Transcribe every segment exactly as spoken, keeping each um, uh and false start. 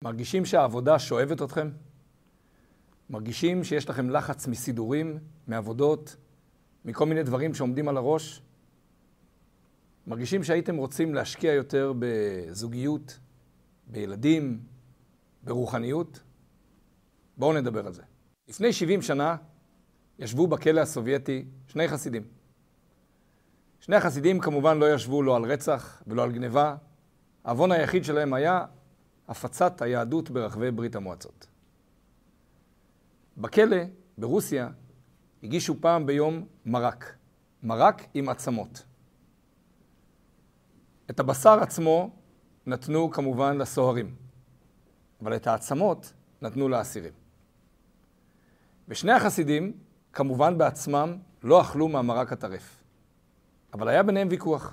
מרגישים שהעבודה שואבת אתכם? מרגישים שיש לכם לחץ מסידורים, מעבודות, מכל מיני דברים שעומדים על הראש? מרגישים שהייתם רוצים להשקיע יותר בזוגיות, בילדים, ברוחניות? בואו נדבר על זה. לפני שבעים שנה ישבו בכלא הסובייטי שני חסידים. שני החסידים כמובן לא ישבו לא על רצח ולא על גניבה. העוון היחיד שלהם היה הפצת היהדות ברחבי ברית המועצות. בכלא, ברוסיה, הגישו פעם ביום מרק. מרק עם עצמות. את הבשר עצמו נתנו כמובן לסוהרים, אבל את העצמות נתנו לאסירים. ושני החסידים, כמובן בעצמם, לא אכלו מהמרק הטרף. אבל היה ביניהם ויכוח.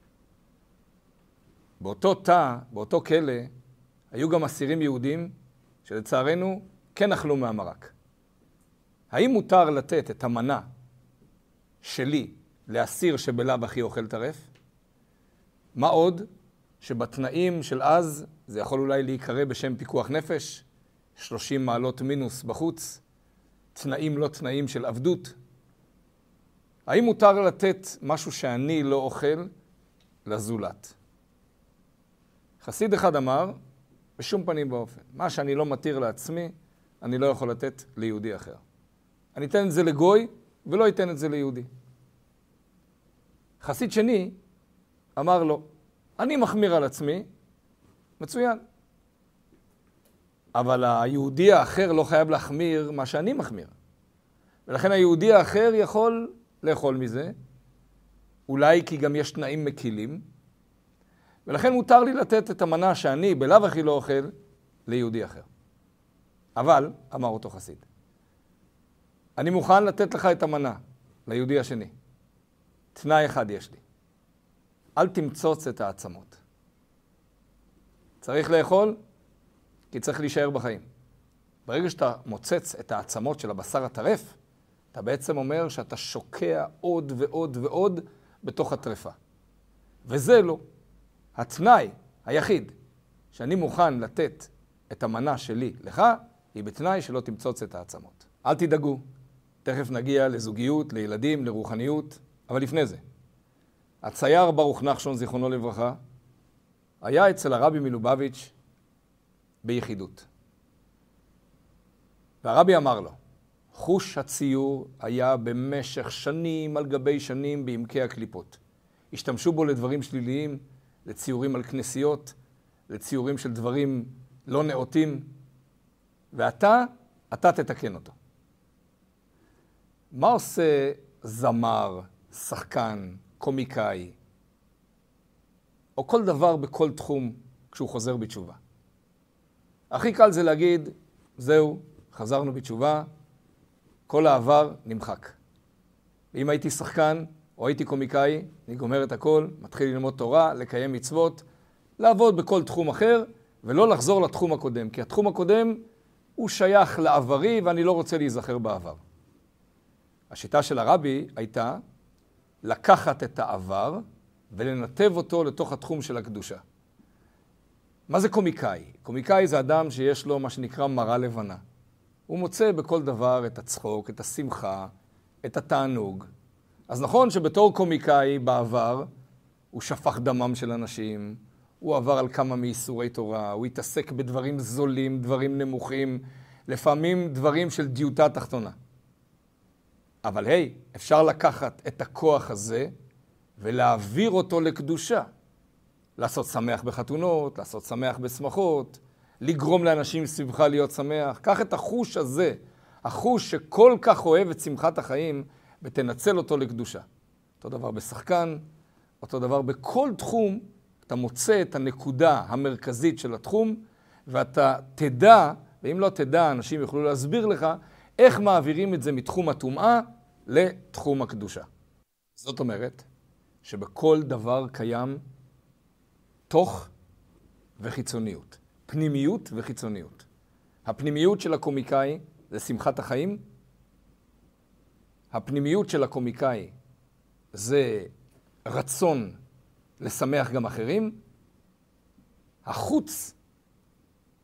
באותו תא, באותו כלא, היו גם אסירים יהודים שלצערנו כן אכלו מהמרק. האם מותר לתת את המנה שלי לאסיר שבלאו הכי אוכל טרף? מה עוד שבתנאים של אז זה יכול אולי להיקרא בשם פיקוח נפש, שלושים מעלות מינוס בחוץ, תנאים לא תנאים של עבדות. האם מותר לתת משהו שאני לא אוכל לזולת? חסיד אחד אמר, בשום פנים באופן, מה שאני לא מתיר לעצמי, אני לא יכול לתת ליהודי אחר. אני אתן את זה לגוי ולא אתן את זה ליהודי. חסיד שני אמר לו, אני מחמיר על עצמי, מצוין. אבל היהודי האחר לא חייב להחמיר מה שאני מחמיר. ולכן היהודי האחר יכול לאכול מזה, אולי כי גם יש תנאים מקילים, ולכן מותר לי לתת את המנה שאני בלאו הכי לא אוכל ליהודי אחר. אבל, אמר אותו חסיד, אני מוכן לתת לך את המנה ליהודי השני. תנאי אחד יש לי. אל תמצוץ את העצמות. צריך לאכול, כי צריך להישאר בחיים. ברגע שאתה מוצץ את העצמות של הבשר הטרף, אתה בעצם אומר שאתה שוקע עוד ועוד ועוד בתוך הטרפה. וזה לא. התנאי היחיד שאני מוכן לתת את המנה שלי לך, היא בתנאי שלא תמצוץ את העצמות. אל תדאגו, תכף נגיע לזוגיות, לילדים, לרוחניות, אבל לפני זה. הצייר ברוך נחשון, זיכרונו לברכה, היה אצל הרבי מלובביץ' ביחידות. והרבי אמר לו, חוש הציור היה במשך שנים על גבי שנים בעמקי הקליפות. השתמשו בו לדברים שליליים, לציורים על כנסיות, לציורים של דברים לא נאותים, ואתה, אתה תתקן אותו. מה עושה זמר, שחקן, קומיקאי, או כל דבר בכל תחום כשהוא חוזר בתשובה? הכי קל זה להגיד, זהו, חזרנו בתשובה, כל העבר נמחק. ואם הייתי שחקן או הייתי קומיקאי, אני גומר את הכל, מתחיל ללמוד תורה, לקיים מצוות, לעבוד בכל תחום אחר, ולא לחזור לתחום הקודם, כי התחום הקודם הוא שייך לעברי ואני לא רוצה להיזכר בעבר. השיטה של הרבי הייתה לקחת את העבר ולנתב אותו לתוך התחום של הקדושה. מה זה קומיקאי? קומיקאי זה אדם שיש לו מה שנקרא מראה לבנה. הוא מוצא בכל דבר את הצחוק, את השמחה, את התענוג. אז נכון שבתור קומיקאי בעבר הוא שפך דמם של אנשים, הוא עבר על כמה מאיסורי תורה, הוא התעסק בדברים זולים, דברים נמוכים, לפעמים דברים של דיוטה תחתונה. אבל היי, אפשר לקחת את הכוח הזה ולהעביר אותו לקדושה. לעשות שמח בחתונות, לעשות שמח בשמחות, לגרום לאנשים סביבך להיות שמח. קח את החוש הזה, החוש שכל כך אוהב את שמחת החיים, ותנצל אותו לקדושה. אותו דבר בשחקן, אותו דבר בכל תחום, אתה מוצא את הנקודה המרכזית של התחום, ואתה תדע, ואם לא תדע, אנשים יוכלו להסביר לך, איך מעבירים את זה מתחום הטומאה לתחום הקדושה. זאת אומרת, שבכל דבר קיים תוך וחיצוניות. פנימיות וחיצוניות. הפנימיות של הקומיקאי זה שמחת החיים. הפנימיות של הקומיקאי זה רצון לשמח גם אחרים. החוץ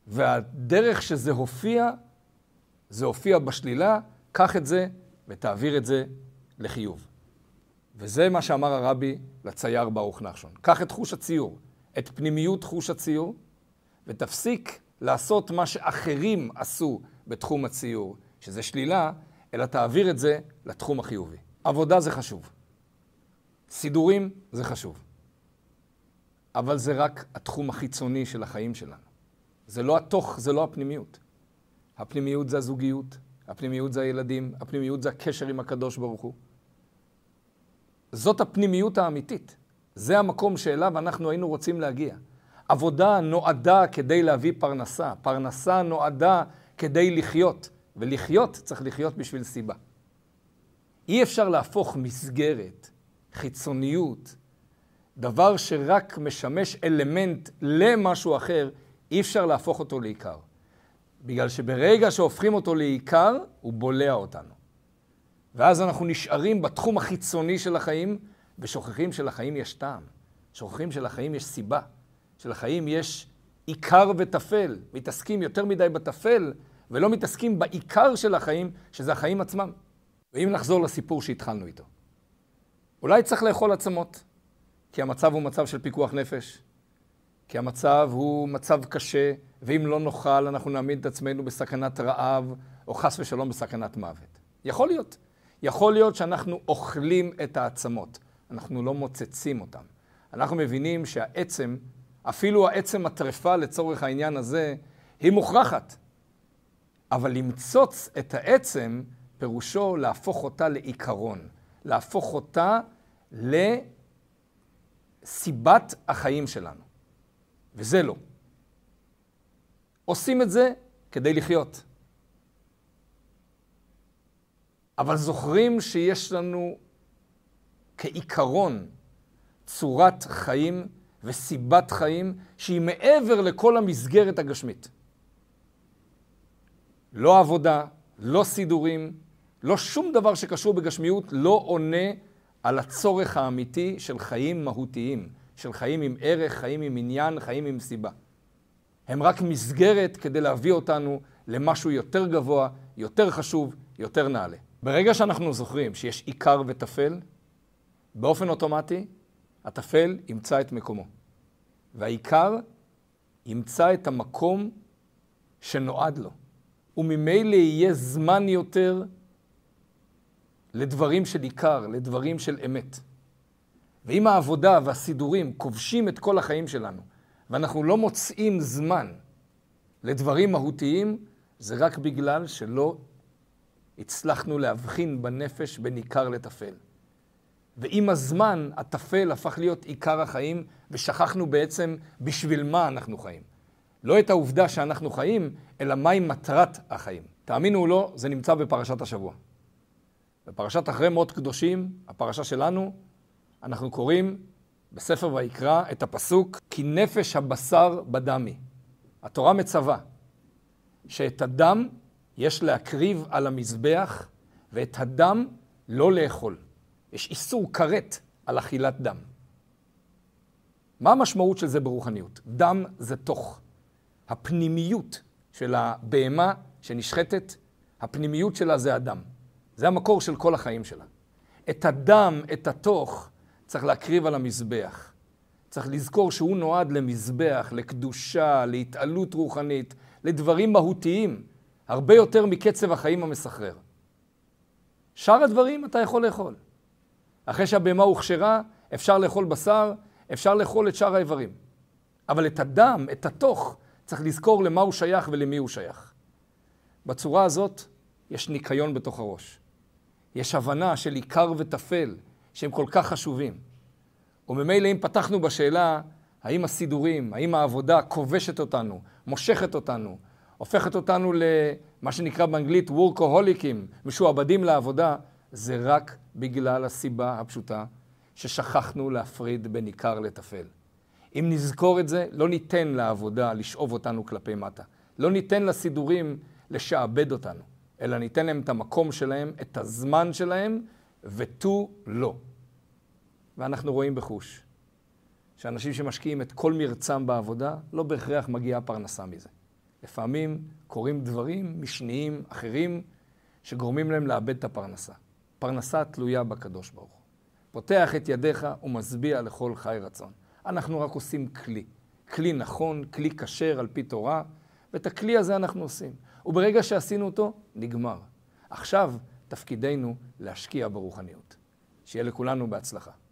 והדרך שזה הופיע, זה הופיע בשלילה, קח את זה ותעביר את זה לחיוב. וזה מה שאמר הרבי לצייר ברוך נחשון. קח את חוש הציור, את פנימיות חוש הציור, ותפסיק לעשות מה שאחרים עשו בתחום הציור, שזה שלילה, אלא תעביר את זה לתחום החיובי. עבודה זה חשוב. סידורים זה חשוב. אבל זה רק התחום החיצוני של החיים שלנו. זה לא התוך, זה לא הפנימיות. הפנימיות זה הזוגיות, הפנימיות זה הילדים, הפנימיות זה הקשר עם הקדוש ברוך הוא. זאת הפנימיות האמיתית. זה המקום שאליו אנחנו היינו רוצים להגיע. עבודה נועדה כדי להביא פרנסה. פרנסה נועדה כדי לחיות. ולחיות צריך לחיות בשביל סיבה. אי אפשר להפוך מסגרת, חיצוניות, דבר שרק משמש אלמנט למשהו אחר, אי אפשר להפוך אותו לעיקר. בגלל שברגע שהופכים אותו לעיקר, הוא בולע אותנו. ואז אנחנו נשארים בתחום החיצוני של החיים, ושוכחים שלחיים יש טעם. שוכחים שלחיים יש סיבה. שלחיים יש עיקר וטפל. מתעסקים יותר מדי בטפל, ולא מתעסקים בעיקר של החיים, שזה החיים עצמם. ואם נחזור לסיפור שהתחלנו איתו. אולי צריך לאכול עצמות, כי המצב הוא מצב של פיקוח נפש, כי המצב הוא מצב קשה, ואם לא נאכל, אנחנו נעמיד את עצמנו בסכנת רעב, או חס ושלום בסכנת מוות. יכול להיות. יכול להיות שאנחנו אוכלים את העצמות. אנחנו לא מוצצים אותם. אנחנו מבינים שהעצם, אפילו העצם הטרפה לצורך העניין הזה, היא מוכרחת. אבל למצוץ את העצם, פירושו להפוך אותה לעיקרון. להפוך אותה לסיבת החיים שלנו. וזה לא. עושים את זה כדי לחיות. אבל זוכרים שיש לנו כעיקרון צורת חיים וסיבת חיים שהיא מעבר לכל המסגרת הגשמית. לא עבודה, לא סידורים, לא שום דבר שקשור בגשמיות לא עונה על הצורך האמיתי של חיים מהותיים, של חיים עם ערך, חיים עם עניין, חיים עם סיבה. הם רק מסגרת כדי להביא אותנו למשהו יותר גבוה, יותר חשוב, יותר נעלה. ברגע שאנחנו זוכרים שיש עיקר וטפל, באופן אוטומטי, הטפל ימצא את מקומו. והעיקר ימצא את המקום שנועד לו. וממילא יהיה זמן יותר לדברים של עיקר, לדברים של אמת. ואם העבודה והסידורים כובשים את כל החיים שלנו, ואנחנו לא מוצאים זמן לדברים מהותיים, זה רק בגלל שלא הצלחנו להבחין בנפש בין עיקר לטפל. ועם הזמן, הטפל הפך להיות עיקר החיים, ושכחנו בעצם בשביל מה אנחנו חיים. לא את העובדה שאנחנו חיים, אלא מהי מטרת החיים. תאמינו או לא, זה נמצא בפרשת השבוע. בפרשת אחרי מות קדושים, הפרשה שלנו, אנחנו קוראים בספר ויקרא את הפסוק, כי נפש הבשר בדמי. התורה מצווה שאת הדם יש להקריב על המזבח, ואת הדם לא לאכול. יש איסור כרת על אכילת דם. מה המשמעות של זה ברוחניות? דם זה תוך. הפנימיות של הבהמה שנשחטת, הפנימיות שלה זה הדם. זה המקור של כל החיים שלה. את הדם, את התוך, צריך להקריב על המזבח. צריך לזכור שהוא נועד למזבח, לקדושה, להתעלות רוחנית, לדברים מהותיים, הרבה יותר מקצב החיים המסחרר. שאר הדברים אתה יכול לאכול. אחרי שהבהמה הוכשרה, אפשר לאכול בשר, אפשר לאכול את שאר האיברים. אבל את הדם, את התוך, צריך לזכור למה הוא שייך ולמי הוא שייך. בצורה הזאת יש ניקיון בתוך הראש. יש הבנה של עיקר וטפל שהם כל כך חשובים. וממילא אם פתחנו בשאלה, האם הסידורים, האם העבודה כובשת אותנו, מושכת אותנו, הופכת אותנו למה שנקרא באנגלית וורקוהוליקים, משועבדים לעבודה, זה רק בגלל הסיבה הפשוטה ששכחנו להפריד בין עיקר לטפל. אם נזכור את זה, לא ניתן לעבודה לשאוב אותנו כלפי מטה. לא ניתן לסידורים לשעבד אותנו, אלא ניתן להם את המקום שלהם, את הזמן שלהם, ותו לא. ואנחנו רואים בחוש שאנשים שמשקיעים את כל מרצם בעבודה, לא בהכרח מגיעה פרנסה מזה. לפעמים קורים דברים משניים אחרים שגורמים להם לאבד את הפרנסה. פרנסה תלויה בקדוש ברוך הוא. פותח את ידיך ומשביע לכל חי רצון. אנחנו רק עושים כלי. כלי נכון, כלי כשר על פי תורה, ואת הכלי הזה אנחנו עושים. וברגע שעשינו אותו, נגמר. עכשיו תפקידנו להשקיע ברוחניות. שיהיה לכולנו בהצלחה.